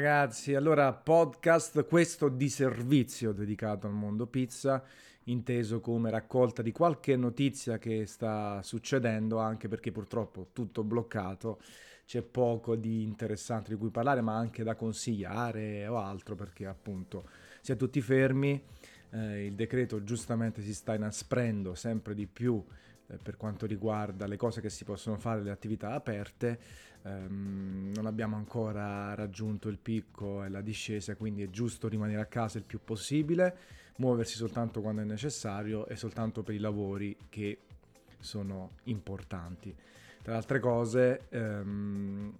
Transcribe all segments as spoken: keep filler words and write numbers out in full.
ragazzi, allora podcast questo di servizio dedicato al mondo pizza, inteso come raccolta di qualche notizia che sta succedendo, anche perché purtroppo tutto bloccato, c'è poco di interessante di cui parlare, ma anche da consigliare o altro, perché appunto si è tutti fermi, eh, il decreto giustamente si sta inasprendo sempre di più eh, per quanto riguarda le cose che si possono fare, le attività aperte. Um, non abbiamo ancora raggiunto il picco e la discesa, quindi è giusto rimanere a casa il più possibile, muoversi soltanto quando è necessario e soltanto per i lavori che sono importanti. Tra le altre cose, um,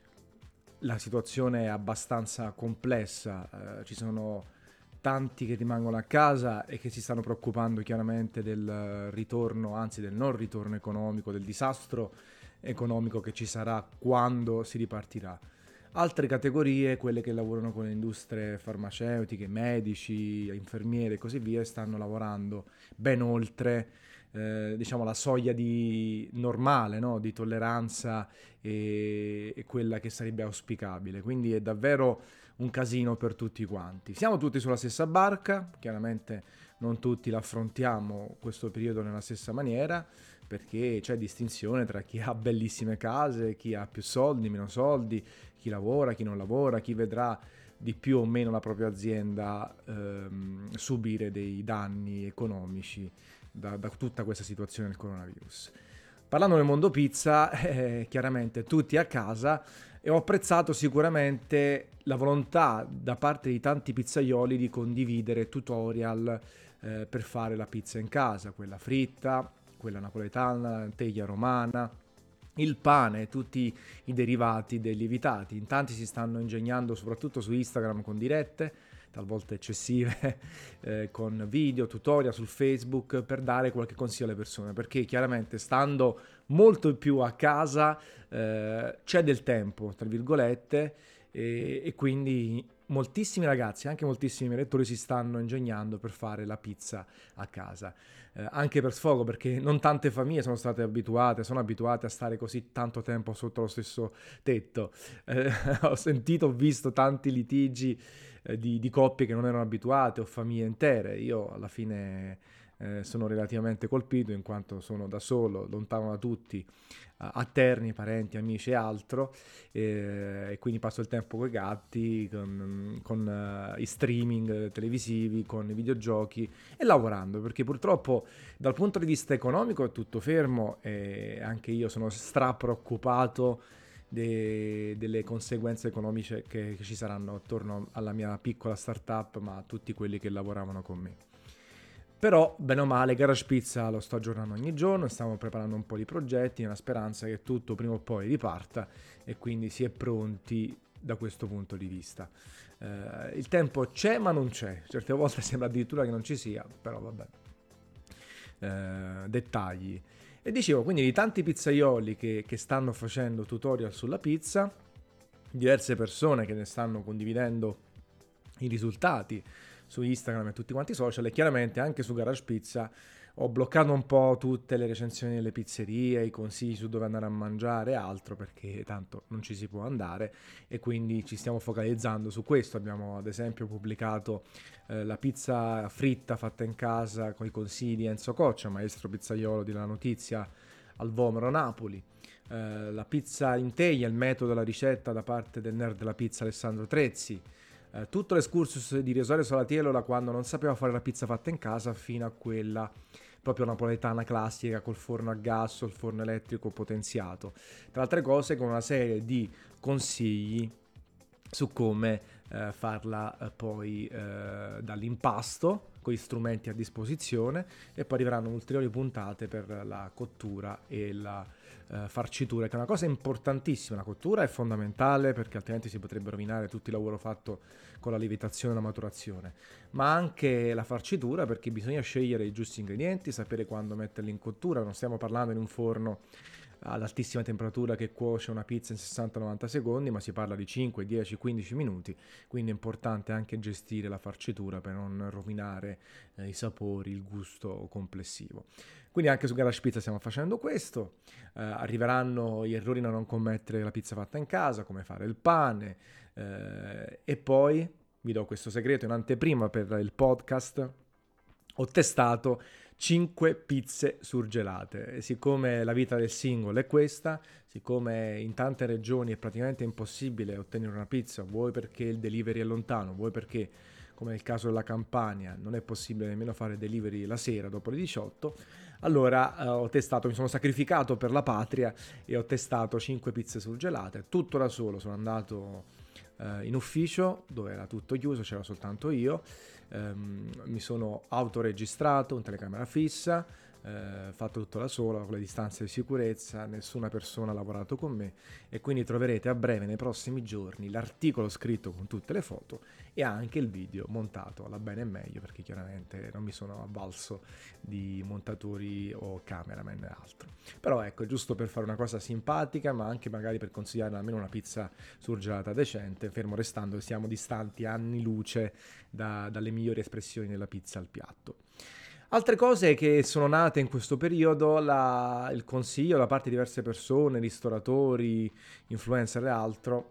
la situazione è abbastanza complessa, uh, ci sono tanti che rimangono a casa e che si stanno preoccupando chiaramente del ritorno, anzi del non ritorno economico, del disastro economico che ci sarà quando si ripartirà. Altre categorie, quelle che lavorano con le industrie farmaceutiche, medici, infermieri e così via, stanno lavorando ben oltre eh, diciamo la soglia di normale, no? Di tolleranza e, e quella che sarebbe auspicabile. Quindi è davvero un casino per tutti quanti. Siamo tutti sulla stessa barca, chiaramente non tutti l'affrontiamo questo periodo nella stessa maniera, perché c'è distinzione tra chi ha bellissime case, chi ha più soldi, meno soldi, chi lavora, chi non lavora, chi vedrà di più o meno la propria azienda ehm, subire dei danni economici da, da tutta questa situazione del coronavirus. Parlando del mondo pizza, eh, chiaramente tutti a casa, e ho apprezzato sicuramente la volontà da parte di tanti pizzaioli di condividere tutorial eh, per fare la pizza in casa, quella fritta, quella napoletana, la teglia romana, il pane, tutti i derivati dei lievitati. In tanti si stanno ingegnando soprattutto su Instagram con dirette, talvolta eccessive, eh, con video, tutorial sul Facebook per dare qualche consiglio alle persone, perché chiaramente stando molto più a casa eh, c'è del tempo, tra virgolette, e, e quindi moltissimi ragazzi, anche moltissimi lettori si stanno ingegnando per fare la pizza a casa. Eh, anche per sfogo, perché non tante famiglie sono state abituate, sono abituate a stare così tanto tempo sotto lo stesso tetto. Eh, ho sentito, ho visto tanti litigi eh, di, di coppie che non erano abituate o famiglie intere. Io alla fine eh, sono relativamente colpito in quanto sono da solo, lontano da tutti, a Terni, parenti, amici e altro, e, e quindi passo il tempo con i gatti, con, con uh, i streaming televisivi, con i videogiochi e lavorando, perché purtroppo dal punto di vista economico è tutto fermo e anche io sono stra preoccupato de, delle conseguenze economiche che, che ci saranno attorno alla mia piccola startup, ma a tutti quelli che lavoravano con me. Però, bene o male, Garage Pizza lo sto aggiornando ogni giorno, stiamo preparando un po' di progetti nella speranza che tutto prima o poi riparta e quindi si è pronti da questo punto di vista. Eh, il tempo c'è ma non c'è, certe volte sembra addirittura che non ci sia, però vabbè. Eh, dettagli. E dicevo, quindi di tanti pizzaioli che, che stanno facendo tutorial sulla pizza, diverse persone che ne stanno condividendo i risultati su Instagram e tutti quanti i social, e chiaramente anche su Garage Pizza ho bloccato un po' tutte le recensioni delle pizzerie, i consigli su dove andare a mangiare e altro, perché tanto non ci si può andare e quindi ci stiamo focalizzando su questo. Abbiamo ad esempio pubblicato eh, la pizza fritta fatta in casa con i consigli di Enzo Coccia, maestro pizzaiolo di La Notizia al Vomero Napoli, eh, la pizza in teglia, il metodo e la ricetta da parte del nerd della pizza Alessandro Trezzi, Uh, tutto l'escursus di Rosario Salatiello da quando non sapeva fare la pizza fatta in casa fino a quella proprio napoletana classica col forno a gas o il forno elettrico potenziato. Tra altre cose con una serie di consigli su come uh, farla uh, poi uh, dall'impasto con gli strumenti a disposizione, e poi arriveranno ulteriori puntate per la cottura e la uh, farcitura, che è una cosa importantissima. La cottura è fondamentale perché altrimenti si potrebbe rovinare tutto il lavoro fatto con la lievitazione e la maturazione, ma anche la farcitura, perché bisogna scegliere i giusti ingredienti, sapere quando metterli in cottura. Non stiamo parlando in un forno ad altissima temperatura che cuoce una pizza in sessanta novanta secondi, ma si parla di cinque, dieci, quindici minuti, quindi è importante anche gestire la farcitura per non rovinare eh, i sapori, il gusto complessivo. Quindi anche su Garage Pizza stiamo facendo questo. Eh, arriveranno gli errori da non commettere la pizza fatta in casa, come fare il pane. Eh, e poi vi do questo segreto in anteprima per il podcast. Ho testato cinque pizze surgelate. E siccome la vita del single è questa, siccome in tante regioni è praticamente impossibile ottenere una pizza, vuoi perché il delivery è lontano, vuoi perché, come nel caso della Campania, non è possibile nemmeno fare delivery la sera dopo le diciotto, allora eh, ho testato, mi sono sacrificato per la patria e ho testato cinque pizze surgelate, tutto da solo. Sono andato eh, in ufficio dove era tutto chiuso, c'era soltanto io. Um, mi sono autoregistrato in telecamera fissa, eh, fatto tutto da solo con le distanze di sicurezza, nessuna persona ha lavorato con me, e quindi troverete a breve, nei prossimi giorni, l'articolo scritto con tutte le foto e anche il video montato alla bene e meglio, perché chiaramente non mi sono avvalso di montatori o cameraman e altro. Però ecco, giusto per fare una cosa simpatica, ma anche magari per consigliare almeno una pizza surgelata decente, fermo restando che siamo distanti anni luce da, dalle migliori espressioni della pizza al piatto. Altre cose che sono nate in questo periodo, la, il consiglio da parte di diverse persone, ristoratori, influencer e altro,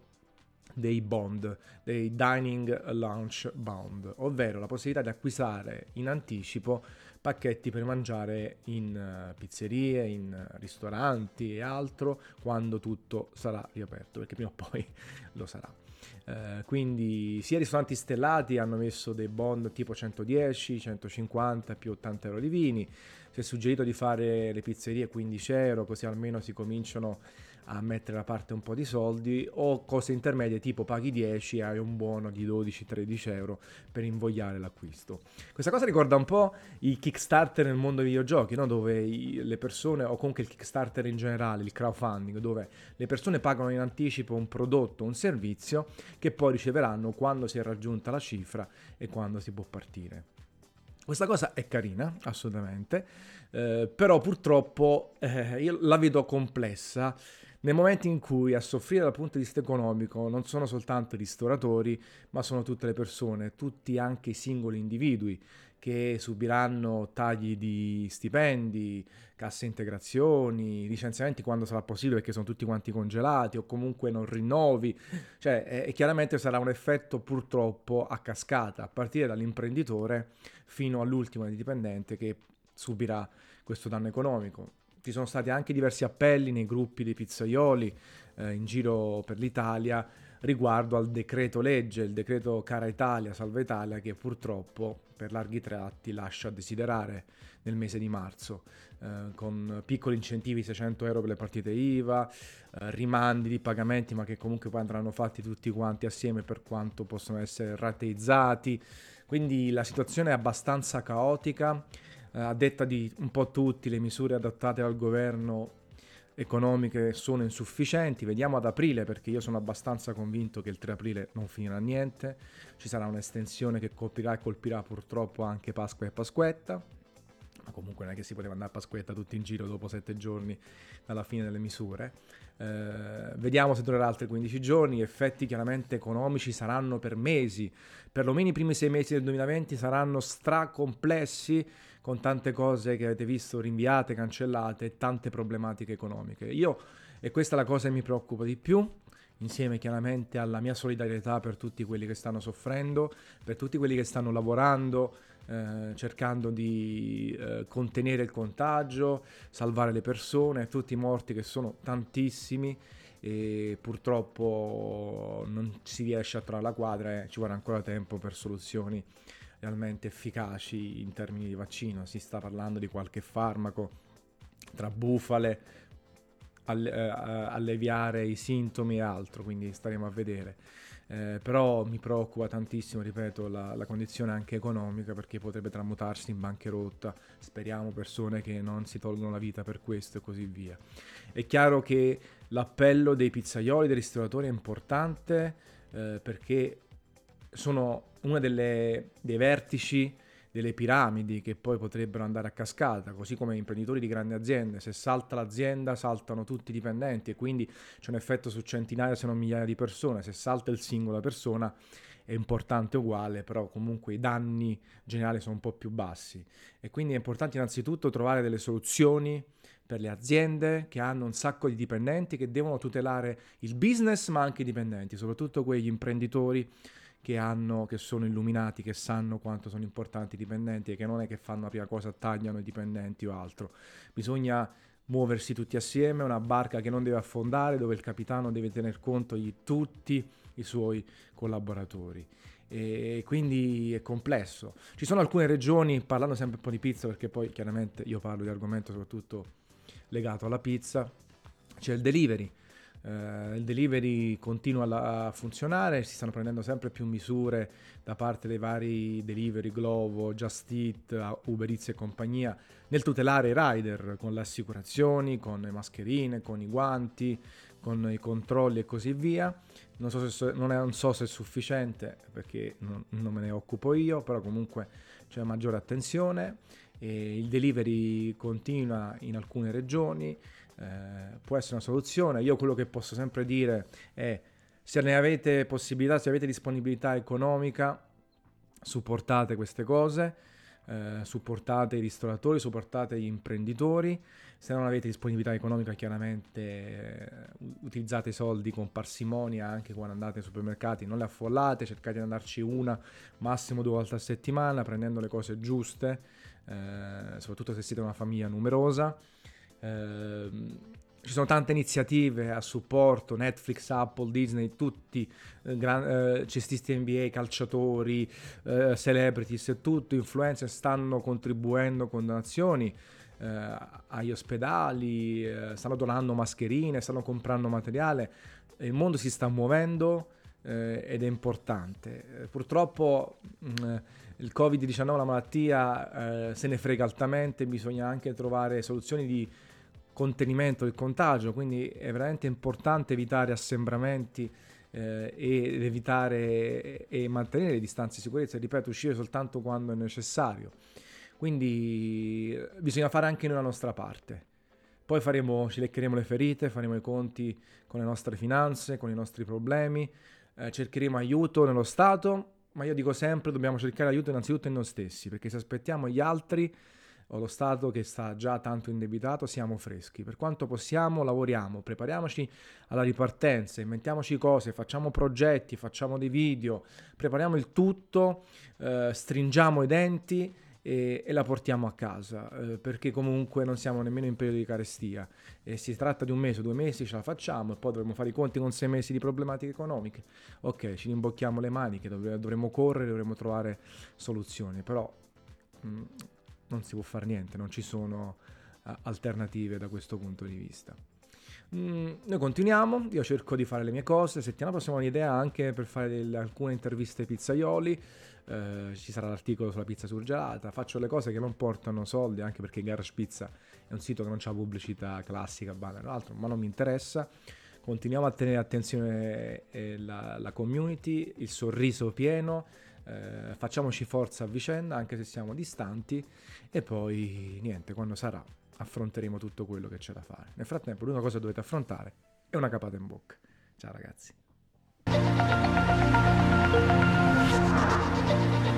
dei bond, dei dining lunch bond, ovvero la possibilità di acquistare in anticipo pacchetti per mangiare in pizzerie, in ristoranti e altro quando tutto sarà riaperto, perché prima o poi lo sarà. Uh, quindi sia ristoranti stellati hanno messo dei bond tipo centodieci, centocinquanta più ottanta euro di vini. Si è suggerito di fare le pizzerie quindici euro, così almeno si cominciano a mettere da parte un po' di soldi, o cose intermedie tipo paghi dieci e hai un buono di dodici tredici euro per invogliare l'acquisto. Questa cosa ricorda un po' i Kickstarter nel mondo dei videogiochi, no? Dove i, le persone, o comunque il Kickstarter in generale, il crowdfunding, dove le persone pagano in anticipo un prodotto, un servizio che poi riceveranno quando si è raggiunta la cifra e quando si può partire. Questa cosa è carina, assolutamente, eh, però purtroppo eh, io la vedo complessa nel momento in cui a soffrire dal punto di vista economico non sono soltanto i ristoratori, ma sono tutte le persone, tutti anche i singoli individui che subiranno tagli di stipendi, casse integrazioni, licenziamenti quando sarà possibile perché sono tutti quanti congelati o comunque non rinnovi, cioè eh, e chiaramente sarà un effetto purtroppo a cascata, a partire dall'imprenditore fino all'ultimo dipendente che subirà questo danno economico. Ci sono stati anche diversi appelli nei gruppi dei pizzaioli eh, in giro per l'Italia riguardo al decreto legge, il decreto Cara Italia, Salva Italia, che purtroppo per larghi tratti lascia a desiderare nel mese di marzo, eh, con piccoli incentivi, seicento euro per le partite I V A, eh, rimandi di pagamenti, ma che comunque poi andranno fatti tutti quanti assieme per quanto possono essere rateizzati. Quindi la situazione è abbastanza caotica. A detta di un po' tutti, le misure adottate dal governo economiche sono insufficienti. Vediamo ad aprile, perché io sono abbastanza convinto che il tre aprile non finirà niente. Ci sarà un'estensione che colpirà e colpirà purtroppo anche Pasqua e Pasquetta, ma comunque non è che si poteva andare a Pasquetta tutti in giro dopo sette giorni dalla fine delle misure. Eh, vediamo se durerà altri quindici giorni. Gli effetti chiaramente economici saranno per mesi, perlomeno i primi sei mesi del duemilaventi saranno stracomplessi, con tante cose che avete visto rinviate, cancellate e tante problematiche economiche. Io, e questa è la cosa che mi preoccupa di più, insieme chiaramente alla mia solidarietà per tutti quelli che stanno soffrendo, per tutti quelli che stanno lavorando, eh, cercando di eh, contenere il contagio, salvare le persone, tutti i morti che sono tantissimi e purtroppo non si riesce a trovare la quadra e ci vorrà ancora tempo per soluzioni realmente efficaci in termini di vaccino. Si sta parlando di qualche farmaco tra bufale, alle, eh, alleviare i sintomi e altro, quindi staremo a vedere. Eh, però mi preoccupa tantissimo, ripeto, la, la condizione anche economica, perché potrebbe tramutarsi in bancarotta. Speriamo persone che non si tolgono la vita per questo e così via. È chiaro che l'appello dei pizzaioli, dei ristoratori è importante, eh, perché sono una delle dei vertici delle piramidi che poi potrebbero andare a cascata, così come imprenditori di grandi aziende. Se salta l'azienda saltano tutti i dipendenti e quindi c'è un effetto su centinaia se non migliaia di persone. Se salta il singola persona è importante uguale, però comunque i danni generali sono un po' più bassi. E quindi è importante innanzitutto trovare delle soluzioni per le aziende che hanno un sacco di dipendenti, che devono tutelare il business ma anche i dipendenti, soprattutto quegli imprenditori che hanno, che sono illuminati, che sanno quanto sono importanti i dipendenti e che non è che fanno la prima cosa, tagliano i dipendenti o altro. Bisogna muoversi tutti assieme, una barca che non deve affondare, dove il capitano deve tener conto di tutti i suoi collaboratori. E quindi è complesso. Ci sono alcune regioni, parlando sempre un po' di pizza, perché poi chiaramente io parlo di argomento soprattutto legato alla pizza, c'è il delivery. Uh, il delivery continua la- a funzionare, si stanno prendendo sempre più misure da parte dei vari delivery, Glovo, Just Eat, Uber Eats e compagnia, nel tutelare i rider con le assicurazioni, con le mascherine, con i guanti, con i controlli e così via. Non so se, non è, non so se è sufficiente, perché non, non me ne occupo io, però comunque c'è maggiore attenzione. E il delivery continua in alcune regioni. Eh, può essere una soluzione. Io quello che posso sempre dire è: se ne avete possibilità, se avete disponibilità economica, supportate queste cose, eh, supportate i ristoratori, supportate gli imprenditori. Se non avete disponibilità economica, chiaramente eh, utilizzate i soldi con parsimonia anche quando andate ai supermercati, non le affollate, cercate di andarci una, massimo due volte a settimana, prendendo le cose giuste, eh, soprattutto se siete una famiglia numerosa. Eh, ci sono tante iniziative a supporto, Netflix, Apple, Disney, tutti, eh, gran, eh, cestisti N B A, calciatori, eh, celebrities, tutto, influencer, stanno contribuendo con donazioni eh, agli ospedali, eh, stanno donando mascherine, stanno comprando materiale. Il mondo si sta muovendo eh, ed è importante. Eh, purtroppo mh, il covid diciannove, la malattia, eh, se ne frega altamente, bisogna anche trovare soluzioni di contenimento del contagio, quindi è veramente importante evitare assembramenti eh, ed evitare e mantenere le distanze di sicurezza, ripeto, uscire soltanto quando è necessario. Quindi bisogna fare anche noi la nostra parte. Poi faremo, ci leccheremo le ferite, faremo i conti con le nostre finanze, con i nostri problemi, eh, cercheremo aiuto nello Stato, ma io dico sempre dobbiamo cercare aiuto innanzitutto in noi stessi, perché se aspettiamo gli altri o lo Stato che sta già tanto indebitato, siamo freschi. Per quanto possiamo, lavoriamo, prepariamoci alla ripartenza, inventiamoci cose, facciamo progetti, facciamo dei video, prepariamo il tutto, eh, stringiamo i denti e, e la portiamo a casa, eh, perché comunque non siamo nemmeno in periodo di carestia. E si tratta di un mese o due mesi, ce la facciamo, e poi dovremo fare i conti con sei mesi di problematiche economiche. Ok, ci rimbocchiamo le maniche, dov- dovremo correre, dovremo trovare soluzioni, però mh, non si può fare niente, non ci sono uh, alternative da questo punto di vista. Mm, noi continuiamo, io cerco di fare le mie cose, settimana prossima ho un'idea anche per fare delle, alcune interviste ai pizzaioli, eh, ci sarà l'articolo sulla pizza surgelata, faccio le cose che non portano soldi, anche perché Garage Pizza è un sito che non ha pubblicità classica, banner o altro, ma non mi interessa. Continuiamo a tenere attenzione eh, la, la community, il sorriso pieno, eh, facciamoci forza a vicenda anche se siamo distanti, e poi niente, quando sarà affronteremo tutto quello che c'è da fare. Nel frattempo l'unica cosa che dovete affrontare è una capata in bocca. Ciao ragazzi.